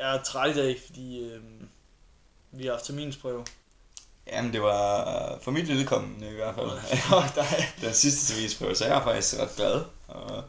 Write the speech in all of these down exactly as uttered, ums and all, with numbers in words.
Jeg er træt i dag, fordi øh, vi har haft terminsprøve. Jamen det var for mit vedkommende i hvert fald. Fuck dig. Den sidste terminsprøve, så jeg er faktisk ret glad. Og,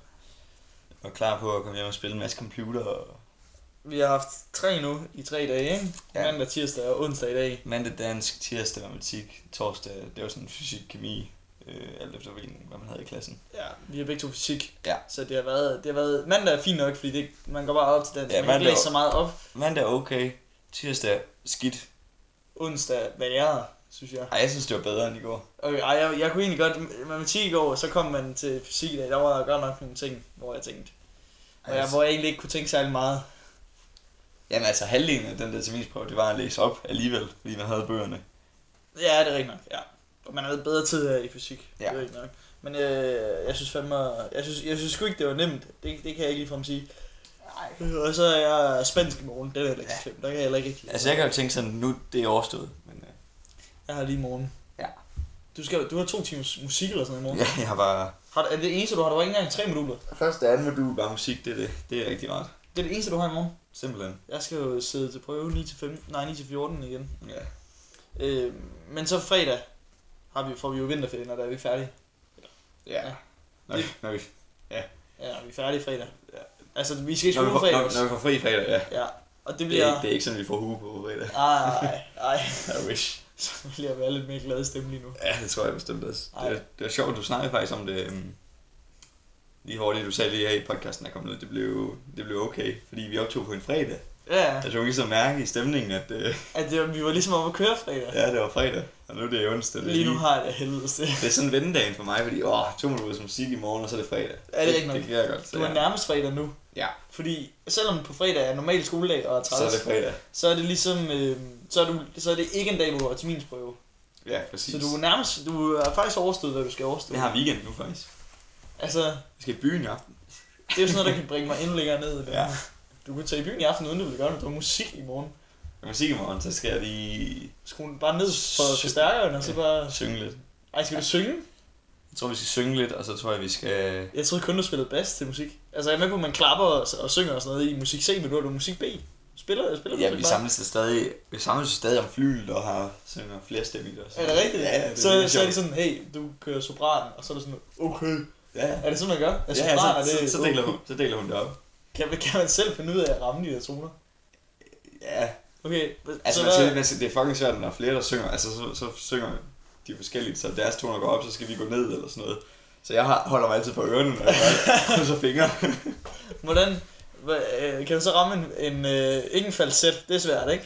og klar på at komme hjem og spille en masse computer. Og... Vi har haft tre nu i tre dage, ikke? Ja. Mandag, tirsdag og onsdag i dag. Mandag, dansk, tirsdag, matematik, torsdag, det var sådan fysik, kemi, øh, alt efter hvad man havde i klassen. Ja, vi har begge to fysik. Ja. Så det har været, det har været, mandag er fint nok, fordi det, man går bare op til dansk, ja, man kan ikke læse så meget op. Mandag er okay, tirsdag skidt. Onsdag værre, synes jeg. Ej, jeg synes det var bedre end i går. Okay, ej, jeg, jeg kunne egentlig godt, matematik i går, så kom man til fysik i dag, der var godt nok nogle ting, hvor jeg tænkte, og jeg, hvor jeg egentlig ikke kunne tænke særlig meget. Jamen altså halvdelen af den der terminsprøve, det var at læse op alligevel, fordi man havde bøgerne. Ja, det er rigtigt nok, ja. Og man havde bedre tid her i fysik, ja. Det er rigtigt nok. Men øh, jeg synes fandme, jeg synes, jeg synes sgu ikke det var nemt, det, det kan jeg ikke ligefrem sige. Nej. Og så er jeg spansk i morgen, det er heller ikke så slemt, der kan jeg heller ikke rigtig. Altså jeg kan jo tænke sådan, nu det er overstået, men... Øh... Jeg har lige i morgen. Ja. Du, skal, du har to timers musik eller sådan noget i morgen? Ja, jeg har bare... Har, er det det eneste du har? Du har ikke engang tre moduler? Første og anden modul var musik, det er det. Det er rigtig rart. Det er det eneste du har i morgen? Simpelthen. Jeg skal jo sidde til prøve ni til femten, nej ni til fjorten igen. Ja. Øh, men så fredag har vi, får vi jo vinterferie, når der er vi færdige. Ja. ja. Når, vi, når vi... Ja. Ja, vi er færdige fredag. Ja. Altså, vi skal i skole fredag. Når, når vi får fri fredag, ja. Ja. Og det bliver... bliver... Det er, ikke, det er ikke sådan, vi får hue på fredag. Nej, nej, nej. I wish. Så vil jeg være lidt mere glad i stemme lige nu. Ja, det tror jeg bestemt også. Det, det var sjovt, du snakkede faktisk om det... Um, lige hurtigt, du sagde lige her i podcasten, der kom ud, det blev, det blev okay, fordi vi optog på en fredag. Ja. Altså, du kan så mærke i stemningen, at... Uh, at det, vi var ligesom om at køre fredag. Ja, det var fredag, og nu er det onsdag. Det lige nu har jeg det helvede. Det er sådan vendedagen for mig, fordi åh, to minutters musik i morgen, og så er det fredag. Ja, det er ikke nok. Det kan jeg godt. Du er ja. nærmest fredag nu. Ja. Fordi selvom på fredag er normal skoledag og træls, så er det fredag. Så er det ligesom, øh, så, er du, så er det ikke en dag, hvor du har terminsprøve. Ja, præcis. Så du er nærmest, du er faktisk overstået, hvad du skal overstå. Jeg har weekend nu faktisk. Altså... Vi skal i byen i aften. Det er jo sådan noget, der kan bringe mig endnu længere ned. Ja. Du kan tage i byen i aften, uden du vil gøre det. Du har musik i morgen. Jeg musik i morgen, så skal jeg lige... Skrue bare ned for forstærkeren, og så bare... Synge lidt. Ej, skal du synge? Jeg tror, vi skal synge lidt, og så tror jeg, vi skal... Jeg troede kun, du spillede bass til musik. Altså, jeg er med på, at man klapper og, og synger og sådan noget i musik C, men du har du musik B. Spiller, spiller ja, du vi samles stadig, vi samles stadig om flylet og har synger flere stemmigt også. Er det rigtigt? Ja, det så, er så er det sådan, hey, du kører sopran, og så er det sådan, okay. Ja. Er det sådan, man gør? Altså, ja, sopran, så, det, så, så, deler hun, så deler hun det op. Kan, kan man selv finde ud af at ramme de der toner? Ja. Okay. Altså, så man der... siger, man siger, det er fucking svært, når der er flere, der synger. Altså, så, så synger de forskelligt, så deres toner går op, så skal vi gå ned eller sådan noget. Så jeg holder mig altid for ørerne, når jeg krydser fingre. Hvordan? Kan du så ramme en, en øh, ikke en falset? Det er svært, ikke?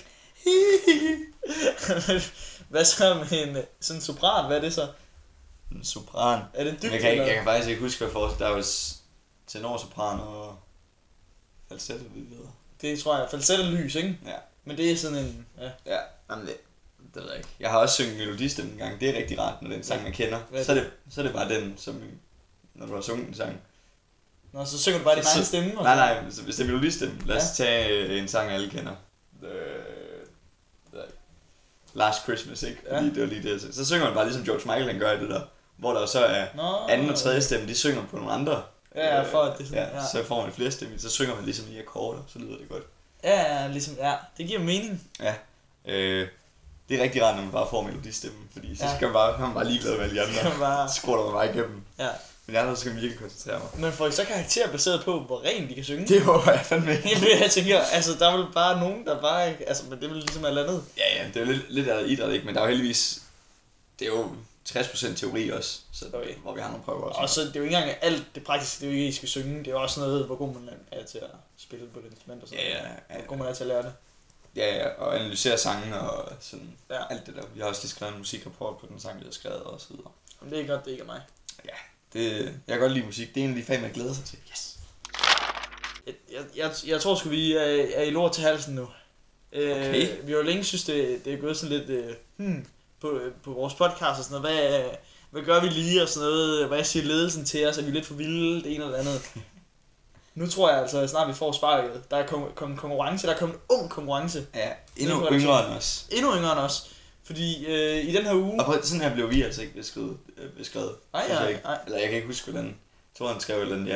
Hvad så med en sådan sopran? Hvad er det så? En sopran? Er det dybt? Jeg kan, ikke, jeg kan faktisk ikke huske, hvad for der er jo tenorsopran og falset, det ved Det tror jeg. Falset er lys, ikke? Ja. Men det er sådan en... Ja. Ja, jamen det, det ved jeg ikke. Jeg har også synget melodistemmen en gang. Det er rigtig rart, når den sang, man kender. Så er, det, så er det bare den, som når du har sunget en sang. Nå, så synger du bare din egen stemme? Nej, nej, hvis det er melodistemmen. Lad os ja. tage en sang, alle kender. The, the Last Christmas, ikke? Fordi ja. det var lige det. Så synger man bare ligesom George Michael, han gør i det der. Hvor der så er Nå, anden og tredje stemme, de synger på nogle andre. Ja, for at det sådan, ja, ja. Så får man flere stemme, så synger man ligesom i akkorder, så lyder det godt. Ja, ligesom, ja, det giver mening. Ja, øh, det er rigtig rart, når man bare får melodistemmen, fordi så ja. skal man bare, man bare ligeglad med alle de andre, bare... så skruer man bare igennem. Ja. Men jeg andre skal virkelig koncentrere mig. Men får I så karakter baseret på, hvor rent de kan synge? Det håber jeg fandme ikke. Jeg tænker, altså der er vel bare nogen, der bare ikke, altså men det er vel ligesom alt andet. Ja, ja, det er jo lidt, lidt af idræt, ikke? Men der er jo heldigvis, det er jo tres procent teori også, så okay. hvor vi har nogle prøver også. Og så det er jo ikke engang alt det praktiske, det er jo ikke, I skal synge, det er også noget, hvor god man er til at spille på det instrument og sådan ja, ja, ja, hvor god man er til at lære det. Ja, ja, og analysere sangen og sådan ja. alt det der. Vi har også lige skrevet en musikrapport på den sang, vi har skrevet og så videre. Men det er godt, det ikke er mig. Ja, det, jeg kan godt lide musik. Det er en af de fag, man glæder sig til. Yes! Jeg, jeg, jeg, jeg tror sgu, vi er, er i lort til halsen nu. Okay. Øh, vi har jo længe synes, det, det er gået sådan lidt øh, hmm, på, på vores podcast og sådan noget. Hvad, hvad gør vi lige og sådan noget? Hvad siger ledelsen til os? Er vi lidt for vilde? Det ene eller andet. Nu tror jeg altså, at snart vi får sparket. Der er kommet kon- konkurrence. Der er kommet en ung konkurrence. Ja, endnu yngre end os. Endnu yngre end os. Fordi øh, i den her uge... Og på sådan her blev vi altså ikke beskrevet. Øh, beskrevet nej, nej, jeg ikke. nej. Eller jeg kan ikke huske, hvordan... Jeg tror, han skrev et eller andet Jan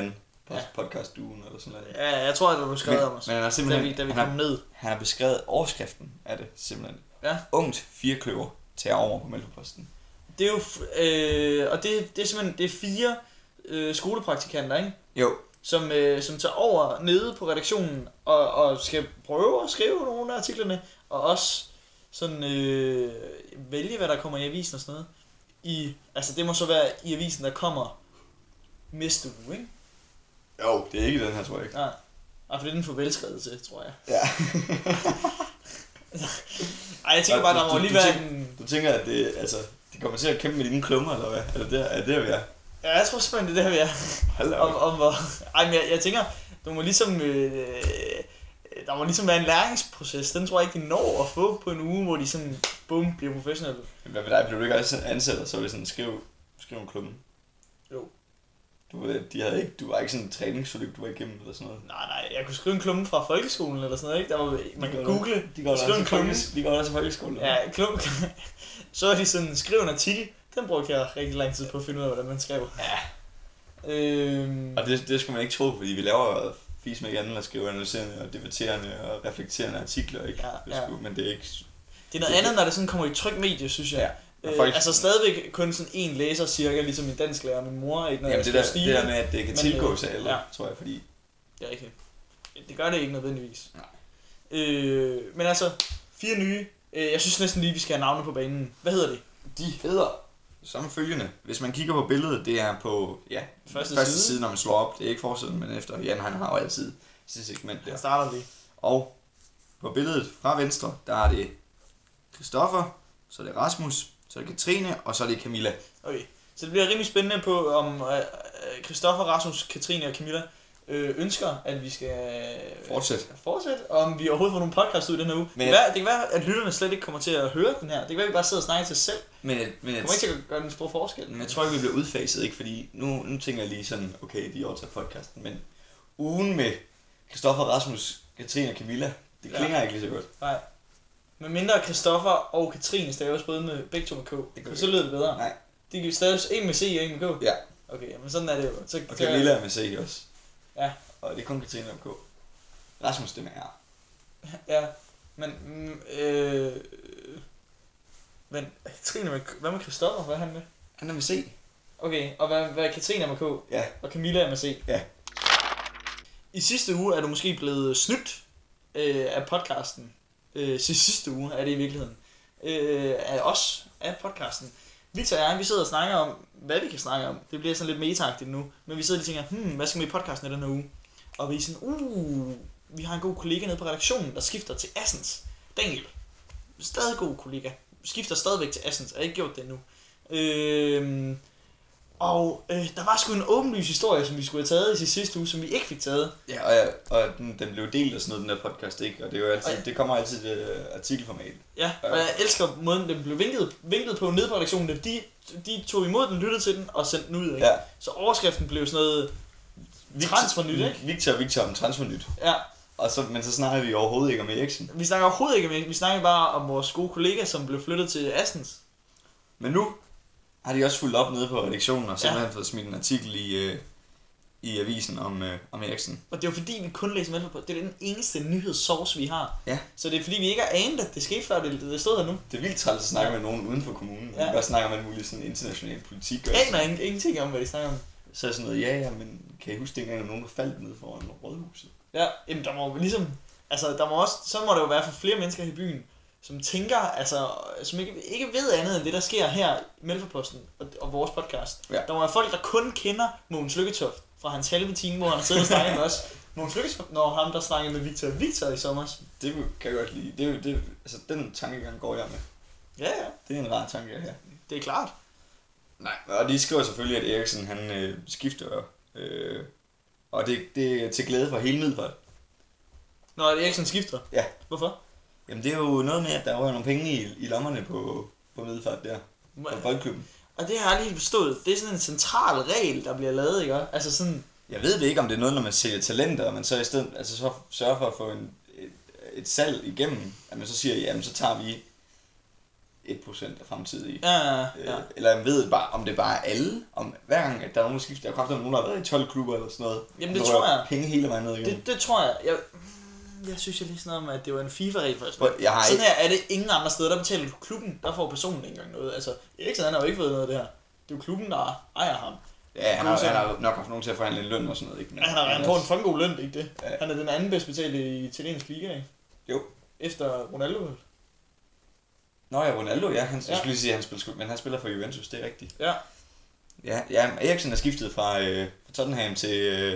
ja. Podcast-ugen eller sådan noget. Ja, jeg tror, at det var skrevet men, om os, men han har simpelthen, da vi, da vi han kom har, ned. Han har beskrevet overskriften af det, simpelthen. Ja. Ungt firekløver tager over på Mælkeposten. Det er jo, øh, og det, det er simpelthen, det er fire øh, skolepraktikanter, ikke? Jo. Som, øh, som tager over nede på redaktionen og, og skal prøve at skrive nogle af artiklerne, og også sådan øh, vælge, hvad der kommer i avisen og sådan noget. I, altså det må så være i avisen, der kommer næste uge, ikke? Jo, det er ikke den her, tror jeg ikke. Nej, Nej for det er den for velskrevet til, tror jeg. Ja. Ej, jeg tænker bare, der må du, lige du, være tænker, en... Du tænker, at det, altså, de kommer til at kæmpe med dine klummer, eller hvad? Er det der, er det, der vi er? Ja, jeg tror simpelthen, det er der, vi er. Hold om, om hvor... Ej, men jeg, jeg tænker, du må ligesom... Øh, der må ligesom være en læringsproces. Den tror jeg ikke, de når at få på en uge, hvor de sådan, bum, bliver professionelle. Hvad med dig? Blev du ikke også ansat, så var det sådan, skriv, skriv en klumme? Jo. Du, de havde ikke, du var ikke sådan en træningsforløb, du var igennem eller sådan noget? Nej, nej, jeg kunne skrive en klumme fra folkeskolen eller sådan noget, ikke? Der var, man kan google, de går skrive en klumme. De går også til folkeskolen. Ja, klumme. Så er de sådan, skriv en artikel. Den brugte jeg rigtig lang tid på at finde ud af, hvordan man skrev. Ja. Øhm... Og det, det skulle man ikke tro, fordi vi laver fisk med ikke andet at skrive analyserende og debatterende og reflekterende artikler, ikke? Ja, ja. Men det er ikke... Det er noget andet, når det sådan kommer i tryk medie, synes jeg. Ja. Øh, folk... Altså stadigvæk kun sådan en læser cirka, ligesom min dansklærer og min mor, ikke? Når Jamen jeg det der, stige, det der med, at det kan men, tilgås af alle, ja. tror jeg, fordi... Det er rigtigt. Det gør det ikke nødvendigvis. Nej. Øh, men altså, fire nye. Øh, jeg synes næsten lige, vi skal have navne på banen. Hvad hedder de? De hedder som følgende. Hvis man kigger på billedet, det er på ja, første, første side. side, når man slår op. Det er ikke forsiden, men efter. Jan han har jo altid sit segment der. Jeg starter lige. Og på billedet fra venstre, der er det Christoffer, så er det Rasmus, så er det Katrine, og så er det Camilla. Okay, så det bliver rimelig spændende på, om øh, Christoffer, Rasmus, Katrine og Camilla øh, ønsker, at vi skal Fortsætte. fortsætte, og om vi overhovedet får nogle podcast ud i den her uge. Men, det, kan være, det kan være, at lytterne slet ikke kommer til at høre den her. Det kan være, at vi bare sidder og snakker til os selv. Men, men, Det kommer ikke til at gøre den store forskel. men jeg tror ikke, vi bliver udfaset, ikke? Fordi nu, nu tænker jeg lige sådan, okay, de overtager podcasten, men ugen med Christoffer, Rasmus, Katrine og Camilla, det klinger ja. ikke lige så godt. Nej. Men mindre Christoffer og Katrine staves både med begge to med K. Det så lyder det bedre. Nej. De kan staves en med C og en med K. Ja. Okay, men sådan er det jo. Så, Og Camilla er med C også. Ja. Og det er kun Katrine og K. Rasmus, det med R. Ja, men... Mm, øh, men Katrine med K. Hvad med Christoffer? Hvad er han med? Han er med C. Okay, og hvad, hvad er Katrine med K? Ja. Og Camilla er med C? Ja. I sidste uge er du måske blevet snydt øh, af podcasten. Øh, sidste uge er det i virkeligheden. Øh, af os, af podcasten. Victor og jeg, vi sidder og snakker om, hvad vi kan snakke om. Det bliver sådan lidt meta-agtigt nu. Men vi sidder og tænker, hmm, hvad skal vi i podcasten i den her uge? Og vi er sådan, uh, vi har en god kollega nede på redaktionen, der skifter til Assens. Daniel, stadig god kollega. Skifter stadigvæk til Assens, har ikke gjort det endnu. Øh, og øh, der var sgu en åbenlys historie, som vi skulle have taget i sidste uge, som vi ikke fik taget. Ja, og, jeg, og den, den blev delt og sådan noget, den der podcast, ikke? Og det, er jo altid, ja. det kommer altid i uh, artikelformat. Ja, og jeg elsker måden, den blev vinklet, vinklet på nede på redaktionen. De, de tog imod den, lyttede til den og sendte den ud, ikke? Ja. Så overskriften blev sådan noget transfernyt, ikke? Victor Victor om transfernyt. Ja. Og så, men så snakker vi overhovedet ikke om Eriksen. Vi snakker overhovedet ikke om Eriksen, vi snakker bare om vores gode kollega, som blev flyttet til Assens. Men nu har de også fulgt op nede på redaktionen og simpelthen Ja. fået smidt en artikel i, øh, i avisen om, øh, om Eriksen. Og det er jo fordi, vi kun læser med på, det er den eneste nyhedssource, vi har. Ja. Så det er fordi, vi ikke har anet, at det skete før, det, det stod her nu. Det er vildt træls at snakke med nogen uden for kommunen. Ja. Vi bare snakker om alt muligt sådan international politik. Og Jeg aner ingen, ingenting om, hvad de snakker om. så er sådan noget, ja ja, men kan I huske dengang, at nogen der faldt ned foran rådhuset? Ja, jamen der må jo ligesom, altså der må også, så må der jo være for flere mennesker i byen, som tænker, altså, som ikke, ikke ved andet end det, der sker her i Mælkeposten og, og vores podcast. Ja. Der må være folk, der kun kender Mogens Lykketoft fra hans halve time, hvor han sidder og snakker med os. Mogens Lykketoft, når ham, der snakkede med Victor Victor i sommer. Det kan jeg godt lide. Det er, jo- det, altså, den tankegang går jeg med. Ja, ja, Det er en rar tanke, jeg her. det er klart. Nej, og de skriver selvfølgelig, at Eriksen han øh, skifter, øh, og det, det er til glæde for hele Middelfart. Når Eriksen skifter? Ja. Hvorfor? Jamen det er jo noget med, at der var nogle penge i, i lommerne på, på Middelfart der, på boldklubben. Og det har jeg aldrig helt forstået. Det er sådan en central regel, der bliver lavet, ikke? Altså sådan... Jeg ved det ikke, om det er noget, når man sælger talenter, og man så i stedet altså så sørger for at få en, et, et salg igennem, at man så siger, jamen så tager vi et procent af fremtidige. Ja, ja, ja. Øh, eller jeg ved bare, om det bare er alle. Om hver gang, at der er nogen, der skifter. Der er kraftigt nogen, der har været i tolv klubber eller sådan noget. Jamen det tror jeg. Penge hele vejen ned igen. Det, det tror jeg. Jeg, jeg synes jeg lige sådan noget om, at det var en FIFA-regel for sådan Jeg har sådan ikke... her er det ingen andre steder. Der betaler du klubben, der får personen ikke engang noget. Altså, Eriksen han har jo ikke fået noget af det her. Det er jo klubben, der ejer ham. Ja, han har, han har nok haft nogen til at forhandle en løn og sådan noget, ikke? Men ja, han har han får en fucking god løn, ikke det? Ja. Han er den anden bedst betalte i italiensk liga, ikke? Jo. Efter Ronaldo. Nå ja, Ronaldo, ja. Han, ja. Jeg skulle lige sige, at han spiller, men han spiller for Juventus, det er rigtigt. Ja. Ja, ja Eriksen er skiftet fra, øh, fra Tottenham til, øh,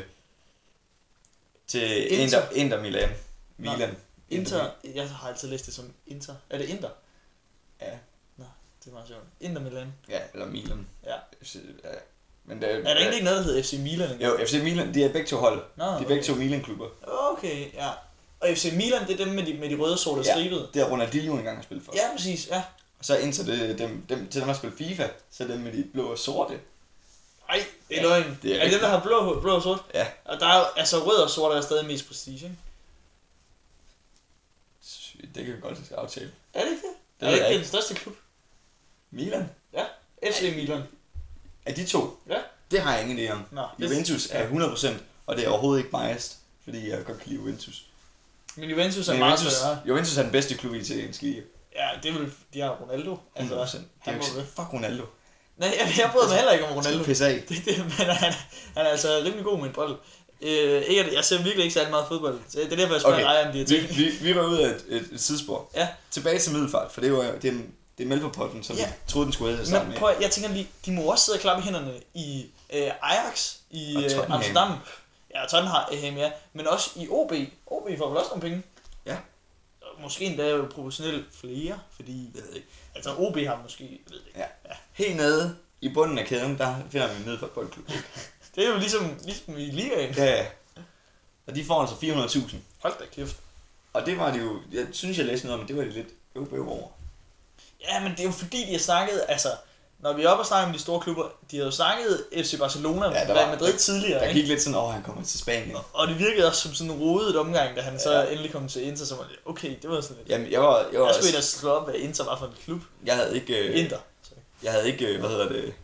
til Inter, Inter, Inter Milan. Milan. Inter, jeg har altid læst det som Inter. Er det Inter? Ja. Nå, det er meget sjovt. Inter Milan. Ja, eller Milan. Ja. ja. Men det, er der egentlig ikke noget, der hedder F C Milan? Ikke? Jo, F C Milan, de er begge to hold. Nå, de er okay. begge to Milan-klubber. Okay, ja. Og F C Milan, det er dem med de, med de røde sorte ja, stribede. det er Ronaldinho engang har spillet for. Ja, præcis, ja. Og så Inter, det er dem, dem, til dem, der spiller FIFA, så er dem med de blå og sorte. Ej, det er ja, løgn. Det er, er det dem, der har blå, blå og sort? Ja. Og der er jo, altså rød og sort er stadig mest prestige, ikke? Det kan vi godt aftale. Er det ikke det? Det er det ikke ikke den største klub? Milan? Ja, F C Milan. Er de to? Ja. Det har jeg ingen idé om. Nå, Juventus er hundrede procent, og det er overhovedet ikke biased, fordi jeg godt kan lide Juventus. Men Juventus er Men meget Juventus, større. Juventus er den bedste klub i italiensk liga. Ja, det er vel, de har Ronaldo. hundrede procent. Altså, det er jo ikke, fuck Ronaldo. Nej, jeg, jeg bryder mig heller ikke om Ronaldo. Det er af. Det, det, men han, han er altså rimelig god med en bold. Øh, ikke, jeg ser virkelig ikke særlig meget fodbold. Så det er derfor, jeg spørger okay. dig om de her ting. Vi, vi, vi var ude af et, et, et sidespor. Ja. Tilbage til Middelfart, for det er jo det er, det er Melforpotten, som ja. vi troede, den skulle hedde sammen med. Prøv, jeg tænker lige, de må også sidde og klappe i hænderne i øh, Ajax, i øh, Amsterdam. Ja, Tottenham, ja. Men også i O B. O B får vel også nogle penge. Ja. Måske endda jo proportionelt flere, fordi... Jeg ved ikke. Altså O B har måske... Jeg ved ikke. Ja. ja. Helt nede i bunden af kæden, der finder vi en Middelfart boldklub. Det er jo ligesom, ligesom i ligaen. Ja, ja. Og de får altså fire hundrede tusind. Hold da kæft. Og det var det jo... Jeg synes, jeg læste noget om, men det var det lidt øv over. Ja, men det er jo fordi, de har snakket... Altså, når vi er oppe og snakker om de store klubber, de har jo snakket F C Barcelona, ja, Real Madrid der, tidligere. Der gik ikke? lidt sådan, åh, han kommer til Spanien. Og, og det virkede også som sådan en rodet omgang, da han ja. så endelig kom til Inter, så var det, okay, det var sådan lidt... Jamen, jeg var... Jeg, var jeg skulle ind og slå op, hvad Inter var for en klub. Jeg havde ikke... Øh, Inter. Sorry. Jeg havde ikke, hvad hedder det...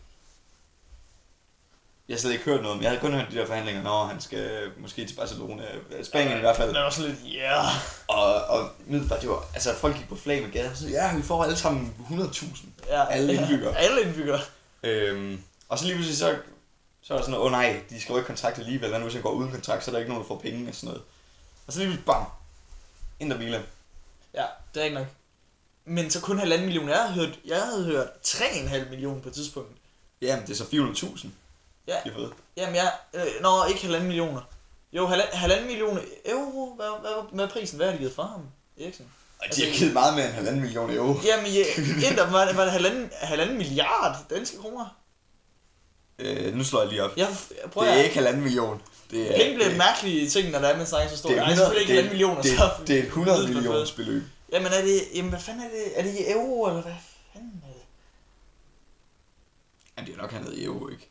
Jeg havde slet ikke hørt noget om. Jeg havde kun hørt de der forhandlinger, når han skal måske til Barcelona, Spanien ja, i hvert fald. Det var sådan lidt, ja. Yeah. Og, og Middelfart, det var, altså folk gik på flag med gader, så ja, vi får alle sammen hundrede tusind. Ja, alle indbyggere. Ja, alle indbyggere. Øhm, og så lige pludselig så, så er der sådan noget, åh oh, nej, de skal jo ikke kontrakt alligevel, hvad nu hvis jeg går uden kontrakt, så er der ikke nogen, der får penge og sådan noget. Og så lige pludselig, bam, Inter Milan. Ja, det er ikke nok. Men så kun halvanden million. Jeg havde hørt, jeg havde hørt tre komma fem millioner på et tidspunkt. Jamen, det er så fire hundrede tusind. Ja. Jamen, jeg... Øh, nå, ikke halvanden millioner. Jo, halvanden, halvanden millioner euro. Hvad, hvad, hvad er prisen? Hvad har de givet for ham, Eriksen? Og de har givet meget mere end halvanden millioner euro. Jamen, ja, Inter var, var det halvanden, halvanden milliard danske kroner. Øh, nu slår jeg lige op. Jeg, prøv, det er ikke halvanden million. Det er, penge bliver mærkelige ting, når der er med snakker så stort. Det er, hundrede, Ej, selvfølgelig ikke halvanden millioner. Det, så det er et hundrede millioners beløb. Jamen, er det... Jamen, hvad fanden er det? Er det i euro, eller hvad fanden er det? Ja, det er nok hernede i euro, ikke?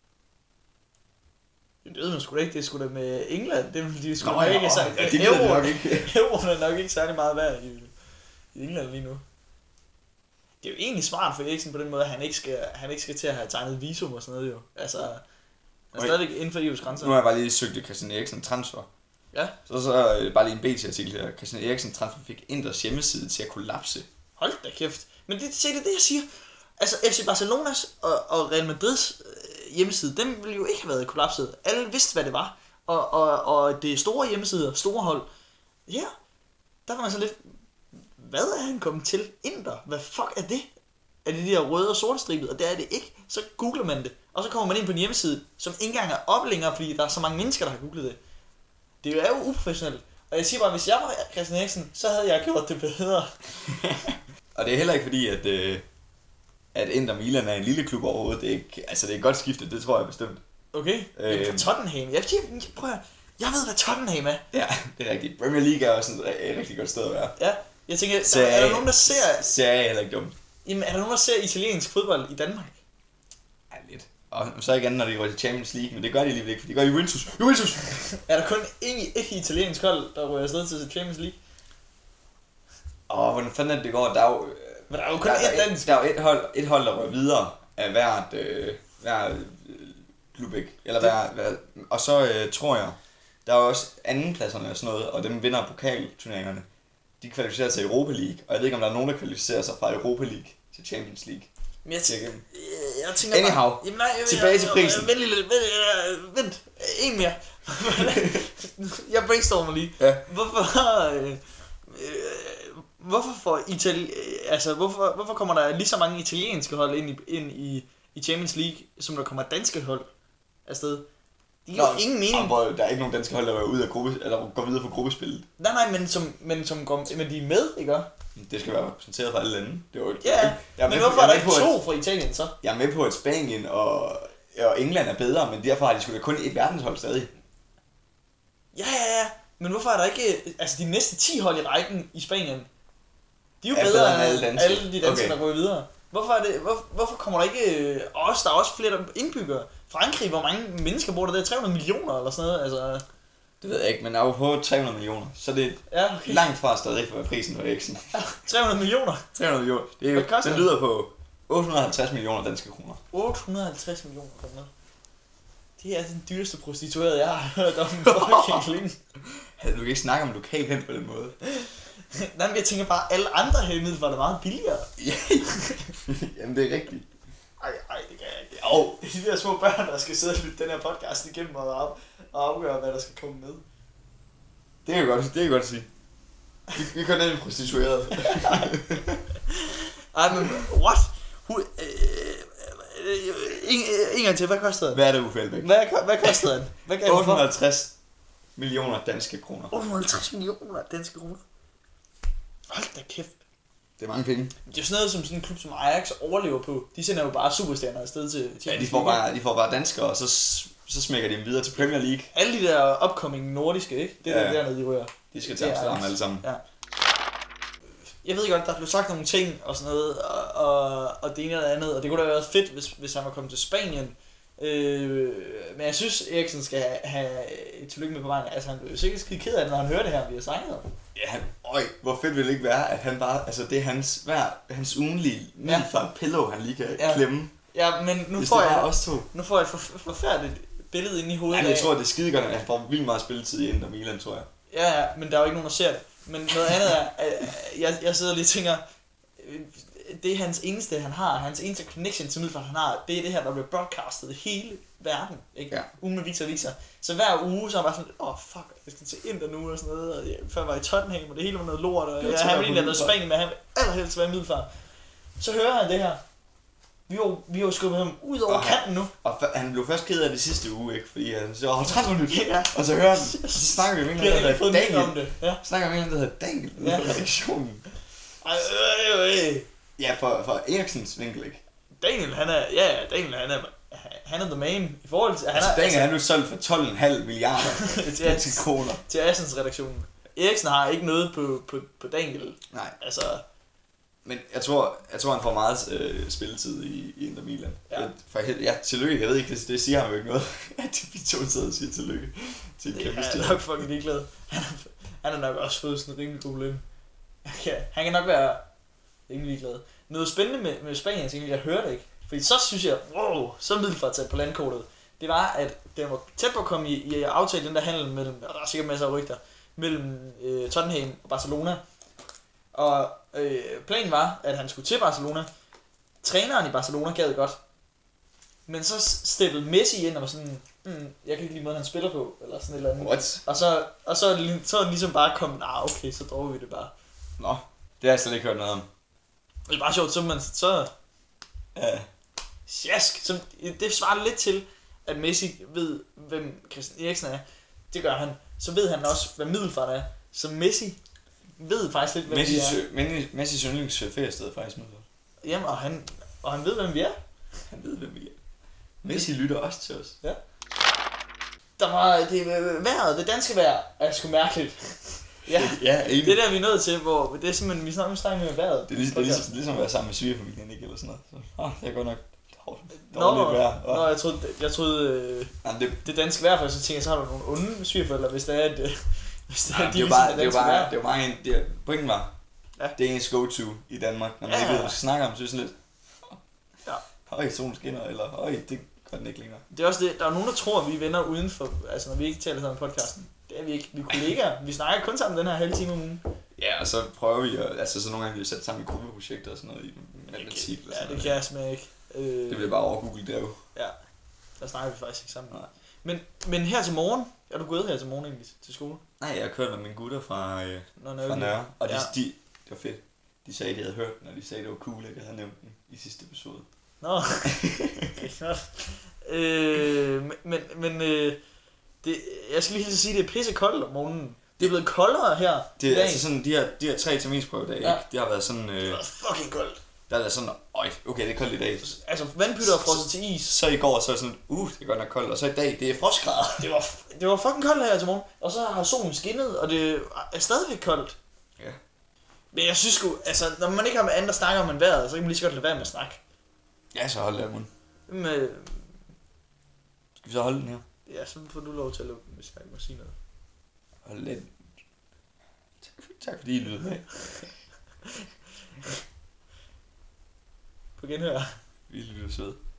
Det ved man sgu da ikke, det er sgu da med England, det vil de sgu Nå, da ja, ikke sagt. Ja, det euro, nok ikke. Euroen er nok ikke særlig meget værd i, i England lige nu. Det er jo egentlig smart for Eriksen på den måde, at han ikke skal, han ikke skal til at have tegnet visum og sådan noget jo. Altså, han er stadigvæk inden for E U's grænser. Nu har jeg bare lige søgt Christian Eriksen transfer. Ja. Så så øh, bare lige en B T-artikel her. Christian Eriksen transfer fik Inters hjemmeside til at kollapse. Hold da kæft. Men det, se, det er det, jeg siger. Altså, F C Barcelonas og, og Real Madrids øh, hjemmeside, dem ville jo ikke have været kollapset. Alle vidste, hvad det var. Og, og, og det er store hjemmesider, store hold. Ja, der var man så lidt... Hvad er han kommet til? Inter? Hvad fuck er det? Er det de der røde og sorte stribede? Og det er det ikke. Så googler man det. Og så kommer man ind på en hjemmeside, som ikke engang er op længere, fordi der er så mange mennesker, der har googlet det. Det er jo uprofessionelt. Og jeg siger bare, hvis jeg var Christian Eriksen, så havde jeg gjort det bedre. Og det er heller ikke fordi, at, øh, at Inter Milan er en lille klub overhovedet. Det er, ikke, altså, det er godt skiftet, det tror jeg bestemt. Okay, øh, for Tottenham. Jeg, jeg, prøv at, jeg ved, hvad Tottenham er. Ja, det er rigtigt. Premier League er også et rigtig godt sted at være. Ja, jeg tænker, der, er der nogen, der ser... Ser jeg heller ikke dumt. Jamen, er der nogen, der ser italiensk fodbold i Danmark? Ja, lidt. Og så igen, når de går til Champions League, men det gør de alligevel ikke, for de går i Juventus. Juventus! Er der kun en, et italiensk hold, der ryger afsted til Champions League? Og hvordan fanden er det, det går? Der er jo, Men der er jo kun der, et der, dansk. der er jo et hold, et hold der rører videre af hvert, øh, hver klub, ikke? Eller hver, hver, og så øh, tror jeg, der er jo også andenpladserne og sådan noget, og dem vinder pokalturneringerne. De kvalificerer sig i Europa League, og jeg ved ikke, om der er nogen, der kvalificerer sig fra Europa League til Champions League. Men jeg, t- jeg tænker Anyhow, bare... Jamen, nej, jeg, tilbage jeg, til prisen. Vent lige lidt, vent, vent, en mere. Jeg brainstormer lige. Ja. Hvorfor... Øh, øh, hvorfor får Itali... Altså, hvorfor, hvorfor kommer der lige så mange italienske hold ind i, ind i, i Champions League, som der kommer danske hold afsted? Det giver jo ingen mening. Hvor der er ikke nogen danske hold, der går ud af gruppe, eller går videre fra gruppespillet. Nej, nej, men som, men som går, men de er med, ikke? Det skal være repræsenteret fra alle lande. Det er jo ikke, Ja, jeg er men med, hvorfor er der jeg ikke på, to at, fra Italien så? Jeg er med på, at Spanien og, og England er bedre, men derfor har de sgu da kun et verdenshold stadig. Ja, ja, ja. Men hvorfor er der ikke... Altså, de næste ti hold i rækken i Spanien, de er jo Er bedre, bedre end end alle alle, danske. alle de danske, Okay. der går videre. Hvorfor, er det, hvor, hvorfor kommer der ikke os? Der er også flere indbyggere. Frankrig, hvor mange mennesker bor der? Det er tre hundrede millioner eller sådan noget. Altså, Det ved jeg ikke, men er jo på tre hundrede millioner, så det er ja, okay. langt fra stadig for prisen for Eriksen. tre hundrede millioner. tre hundrede millioner. Det er Hvad jo, koster den lyder på otte hundrede og halvtreds millioner danske kroner. otte hundrede og halvtreds millioner kroner. Det er den dyreste prostituerede, jeg har hørt om. Fucking længe. Du kan ikke snakke om lokal hen på den måde. Nej, men jeg tænker bare, alle andre hemmede var det meget billigere. Jamen det er rigtigt. Ej, ej, det kan jeg ikke. Jo, det er de der små børn, der skal sidde og lytte den her podcast igennem og, op, og afgøre, hvad der skal komme med. Det kan jeg godt, det kan jeg godt sige. Vi, vi kan nemlig prostitueret. Ej, men what? Hu, øh, øh, en, en gang til, hvad kostede han? Hvad er det, Uffe Elbæk? Hvad, hvad kostede han? Hvad gav han otte hundrede og for? halvtreds millioner danske kroner. otte hundrede og halvtreds millioner danske kroner. Hold da kæft. Det er mange penge. Det er jo sådan noget, som sådan en klub som Ajax overlever på. De sender jo bare superstjerner afsted til... til Ja, de får bare, de får bare danskere, og så, så smækker de dem videre til Premier League. alle de der upcoming nordiske, ikke? Det er Ja. der dernede, de rører. De skal til Amsterdam alle sammen. Ja. Jeg ved godt, der blev sagt nogle ting og sådan noget, og, og, og det ene eller andet, og det kunne da være fedt, hvis, hvis han var kommet til Spanien. Øh, men jeg synes, Eriksen skal have, have et tillykke med på vejen. Altså, han blev sikkert skide ked af det, når han hører det her, vi har snakket om. Ja, han, øj, hvor fedt vil det ikke være, at han bare, altså det er hans, hver, hans ugenlige middelfart pillow, han lige kan Ja. klemme. Ja, men nu Hvis får, det bare jeg, os to. nu får jeg et for, forfærdeligt billede inde i hovedet. Ja, men jeg af- tror, det er skide godt, at han får vildt meget spilletid i Inter Milan, tror jeg. Ja, ja, men der er jo ikke nogen, der ser det. Men noget andet er, at jeg, jeg sidder lige og tænker, øh, det er hans eneste, han har, hans eneste connection til middelfart, han har, det er det her, der bliver broadcastet i hele verden, ikke? Ja. Ugen med Victor Viser. Så hver uge, så er jeg bare sådan, åh oh, fuck, jeg skal til Inter nu og sådan noget, og jeg, før jeg var i Tottenham, og det hele var noget lort, og Det var jeg, tæt han på ville egentlig have været i Middelfart. Spanien, men han vil allerhelst være i middelfart. Så hører han det her. Vi har jo, vi har jo skubbet ham ud over Og han- kanten nu. Og f- han blev først ked af det sidste uge, ikke? Fordi han så har tredive minutter. Ja. Og så hører han, og så snakker vi med en Vi eller har anden, ikke der fået hedder mening om Daniel. det. Ja. Snakker med en, der hedder Daniel ude Ja. på redaktionen. Ej, øh, øh, øh. Ja, for, for Eriksens vinkel, ikke? Daniel, han er, ja, ja, Daniel, han er, han er the man i forhold til, han Altså, er, Daniel han er nu solgt for tolv komma fem milliarder til, danske kroner. til Assens redaktionen. Eriksen har ikke noget på, på, på Daniel. Nej, Altså, men jeg tror, jeg tror han får meget øh, spilletid i, i Inter Milan. Ja. Jeg, for, jeg, ja, tillykke, jeg ved ikke, det, det siger ham jo ikke noget, at vi to sidder og siger tillykke til en det kæmpe er stjerne. nok fucking ligeglad. Han, er- han har nok også fået sådan en rimelig god løn. Ja, han kan nok være rimelig ligeglad. Noget spændende med, med Spanien, så jeg hørte ikke. Fordi så synes jeg, wow, så middelfart sat på landkortet. Det var, at den var tæt på at komme i, i at aftale den der handel mellem, og der er sikkert masser af rygter, mellem øh, Tottenham og Barcelona. Og øh, planen var, at han skulle til Barcelona. Træneren i Barcelona gad godt. Men så steppede Messi ind og var sådan, mm, jeg kan ikke lide måden, han spiller på, eller sådan et eller andet. What? Og så, og så, er det lige- så er det ligesom bare kommet, ah okay, så dropper vi det bare. Nå, det har jeg slet ikke hørt noget om. Det er bare sjovt, så man så Ja. sjask. Så det svarer lidt til, at Messi ved, hvem Christian Eriksen er. Det gør han. Så ved han også, hvad Middelfart er. Så Messi ved faktisk lidt, hvem vi Messi, er. sø, Messi, Messi Sønderlings feriested faktisk med. Jamen, og han, og han ved, hvem vi er. Han ved, hvem vi er. Messi lytter også til os. Der var det vejret, det danske vejr, er sgu mærkeligt. Ja, Ja, enig. det er der, vi er nødt til, hvor det er simpelthen, vi snakker, vi snakker med vejret. Det er, ligesom, det, er ligesom, det er ligesom at være sammen med svigerfamilien, ikke? Eller sådan noget. Så, ah, det er godt nok Nå, dårligt vejr. nå, jeg troede, jeg troede øh, Jamen, det, det danske vejr, for så tænker jeg, så har du nogle onde svigerforældre, hvis det er, at, øh, hvis det er, Jamen, de det er jo ligesom bare, det er jo danske bare, vejr. det er jo bare en, det er, pointen var, Ja. Det er ens go-to i Danmark, når man ja. ikke ved, hvad man skal snakke om, så er det sådan lidt, ja. høj, solen skinner, eller høj, det gør den ikke længere. Det er også det, der er nogen, der tror, at vi er venner uden for, altså når vi ikke taler sammen i podcasten. Det er vi ikke. Vi er kollegaer. Vi snakker kun sammen den her halve time om ugen. Ja, og så prøver vi at, altså så nogle gange vi sætte sammen i gruppeprojekter og sådan noget i matematik. Ja, det kan jeg simpelthen ikke. Øh... Det bliver bare over Google Drive. Ja, der snakker vi faktisk ikke sammen. Nej. Men, men her til morgen, er du gået her til morgen egentlig til skole? Nej, jeg har kørt med mine gutter fra, øh, Nå, fra Nørre, og de, ja. de, det var fedt. De sagde, de havde hørt, når de sagde, det var cool, at jeg havde nævnt den i sidste episode. Nå, okay, øh, men, men øh, det, jeg skal lige helt sige, at det er pisse koldt om morgenen. Det er blevet koldere her. Det er altså sådan, de her, de her tre terminsprøvedage, ja. Det har været sådan... Øh, det var fucking koldt. Der er været sådan, øj, okay, det er koldt i dag. Altså, vandpytter er frosset til is. Så i går, så er det sådan, uh, det er godt nok koldt, og så i dag, det er frostgrader. Det var, det var fucking koldt her til morgen, og så har solen skinnet, og det er stadigvæk koldt. Ja. Men jeg synes sgu, altså, når man ikke har med andre snakker om en vejret, så kan man lige så godt lade være med at snakke. Ja, så hold det af munden. Men, skal vi så holde den her? Ja, så får du lov til at lukke den, hvis jeg ikke må sige noget. Hold lidt. Tak, tak fordi I lyttede med. På genhør. Vi lytter søde.